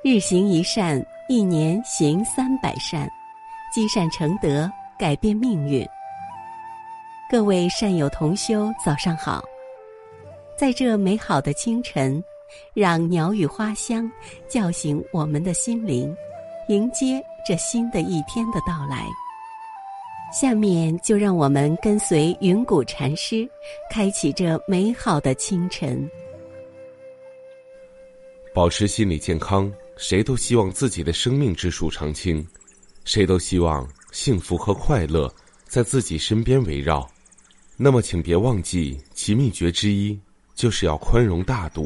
日行一善，一年行300善，积善成德，改变命运。各位善友同修，早上好！在这美好的清晨，让鸟语花香叫醒我们的心灵，迎接这新的一天的到来。下面就让我们跟随云谷禅师，开启这美好的清晨。 保持心理健康，谁都希望自己的生命之树常青，谁都希望幸福和快乐在自己身边围绕。那么请别忘记，其秘诀之一就是要宽容大度。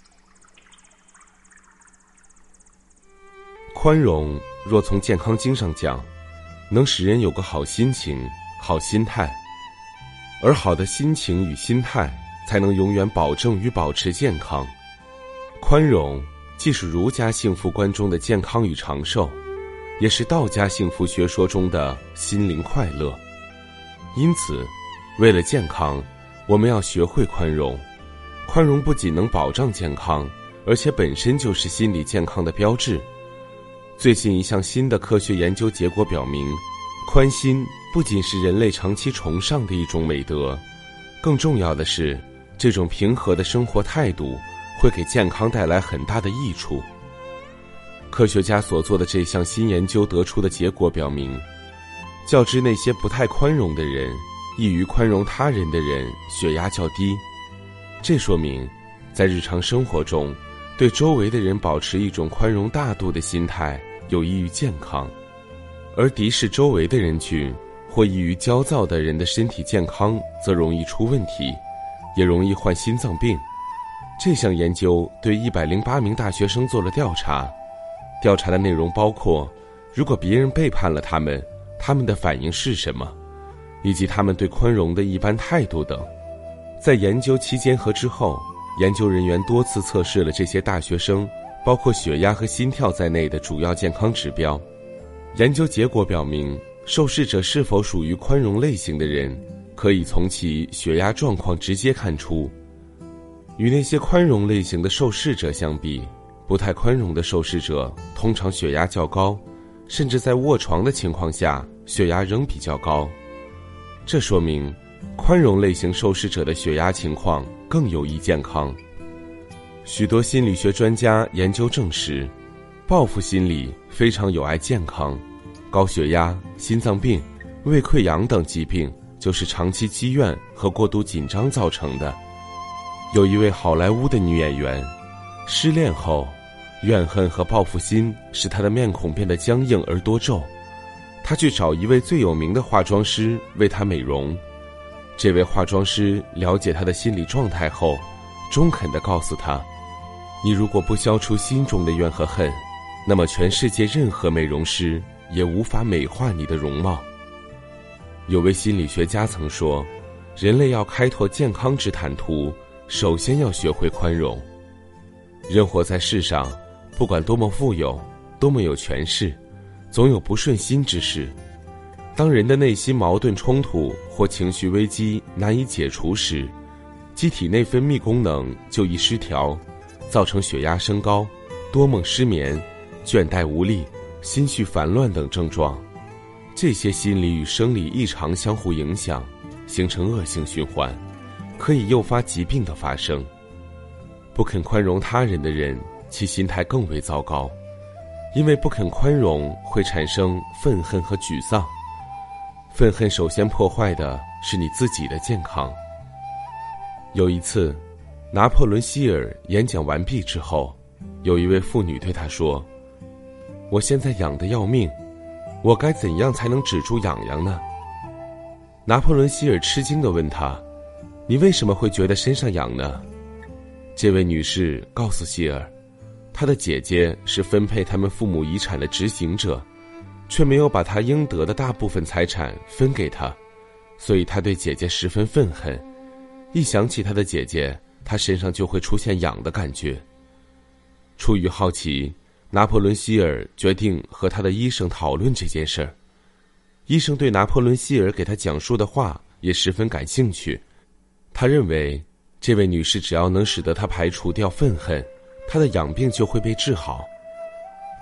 宽容若从健康经上讲，能使人有个好心情、好心态，而好的心情与心态才能永远保证与保持健康。宽容既是儒家幸福观中的健康与长寿，也是道家幸福学说中的心灵快乐。因此，为了健康，我们要学会宽容。宽容不仅能保障健康，而且本身就是心理健康的标志。最近一项新的科学研究结果表明，宽心不仅是人类长期崇尚的一种美德，更重要的是，这种平和的生活态度会给健康带来很大的益处。科学家所做的这项新研究得出的结果表明，较之那些不太宽容的人，易于宽容他人的人血压较低。这说明，在日常生活中，对周围的人保持一种宽容大度的心态有益于健康，而敌视周围的人群或易于焦躁的人的身体健康则容易出问题，也容易患心脏病。这项研究对108名大学生做了调查，调查的内容包括如果别人背叛了他们的反应是什么，以及他们对宽容的一般态度等。在研究期间和之后，研究人员多次测试了这些大学生包括血压和心跳在内的主要健康指标。研究结果表明，受试者是否属于宽容类型的人，可以从其血压状况直接看出。与那些宽容类型的受试者相比，不太宽容的受试者通常血压较高，甚至在卧床的情况下，血压仍比较高。这说明，宽容类型受试者的血压情况更有益健康。许多心理学专家研究证实，报复心理非常有害健康，高血压、心脏病、胃溃疡等疾病就是长期积怨和过度紧张造成的。有一位好莱坞的女演员，失恋后，怨恨和报复心使她的面孔变得僵硬而多皱。她去找一位最有名的化妆师为她美容。这位化妆师了解她的心理状态后，中肯地告诉她，你如果不消除心中的怨和恨，那么全世界任何美容师也无法美化你的容貌。有位心理学家曾说，人类要开拓健康之坦途，首先要学会宽容。人活在世上，不管多么富有，多么有权势，总有不顺心之事。当人的内心矛盾冲突或情绪危机难以解除时，其体内分泌功能就易失调，造成血压升高、多梦失眠、倦怠无力、心绪烦乱等症状。这些心理与生理异常相互影响，形成恶性循环，可以诱发疾病的发生。不肯宽容他人的人，其心态更为糟糕，因为不肯宽容会产生愤恨和沮丧。愤恨首先破坏的是你自己的健康。有一次，拿破仑希尔演讲完毕之后，有一位妇女对他说，我现在痒得要命，我该怎样才能止住痒痒呢？拿破仑希尔吃惊地问他，你为什么会觉得身上痒呢？这位女士告诉希尔，她的姐姐是分配他们父母遗产的执行者，却没有把她应得的大部分财产分给她，所以她对姐姐十分愤恨。一想起她的姐姐，她身上就会出现痒的感觉。出于好奇，拿破仑希尔决定和他的医生讨论这件事儿。医生对拿破仑希尔给他讲述的话也十分感兴趣，他认为这位女士只要能使得她排除掉愤恨，她的痒病就会被治好。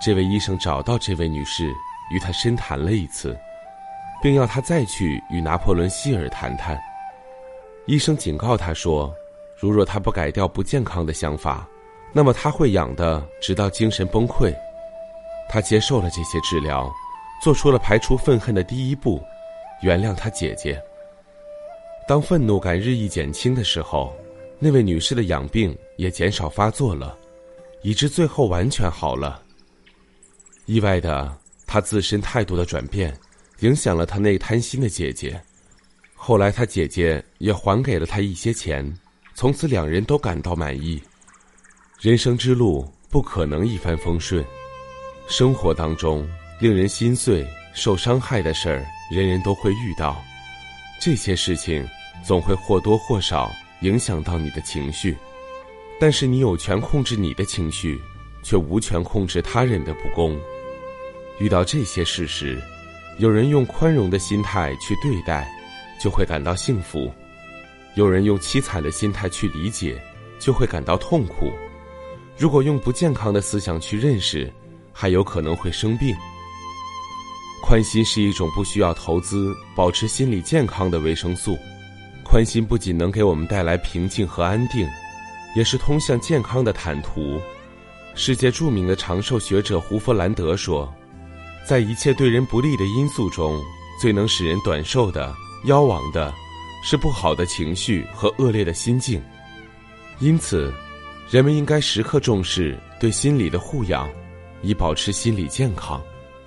这位医生找到这位女士，与她深谈了一次，并要她再去与拿破仑希尔谈谈。医生警告她说，如若她不改掉不健康的想法，那么她会养的直到精神崩溃。她接受了这些治疗，做出了排除愤恨的第一步，原谅她姐姐。当愤怒感日益减轻的时候，那位女士的痒病也减少发作了，以致最后完全好了。意外的，她自身态度的转变影响了她那贪心的姐姐。后来她姐姐也还给了她一些钱，从此两人都感到满意。人生之路不可能一帆风顺，生活当中令人心碎、受伤害的事儿，人人都会遇到。这些事情总会或多或少影响到你的情绪，但是你有权控制你的情绪，却无权控制他人的不公。遇到这些事时，有人用宽容的心态去对待，就会感到幸福；有人用凄惨的心态去理解，就会感到痛苦。如果用不健康的思想去认识，还有可能会生病。宽心是一种不需要投资、保持心理健康的维生素。宽心不仅能给我们带来平静和安定，也是通向健康的坦途。世界著名的长寿学者胡佛兰德说，在一切对人不利的因素中，最能使人短寿的、夭亡的，是不好的情绪和恶劣的心境。因此，人们应该时刻重视对心理的护养，以保持心理健康。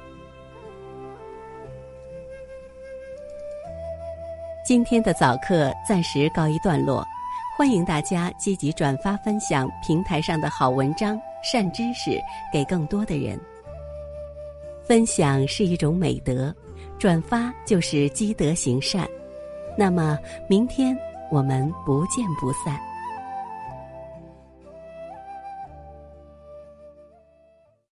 今天的早课暂时告一段落，欢迎大家积极转发分享平台上的好文章、善知识给更多的人。分享是一种美德，转发就是积德行善。那么明天我们不见不散。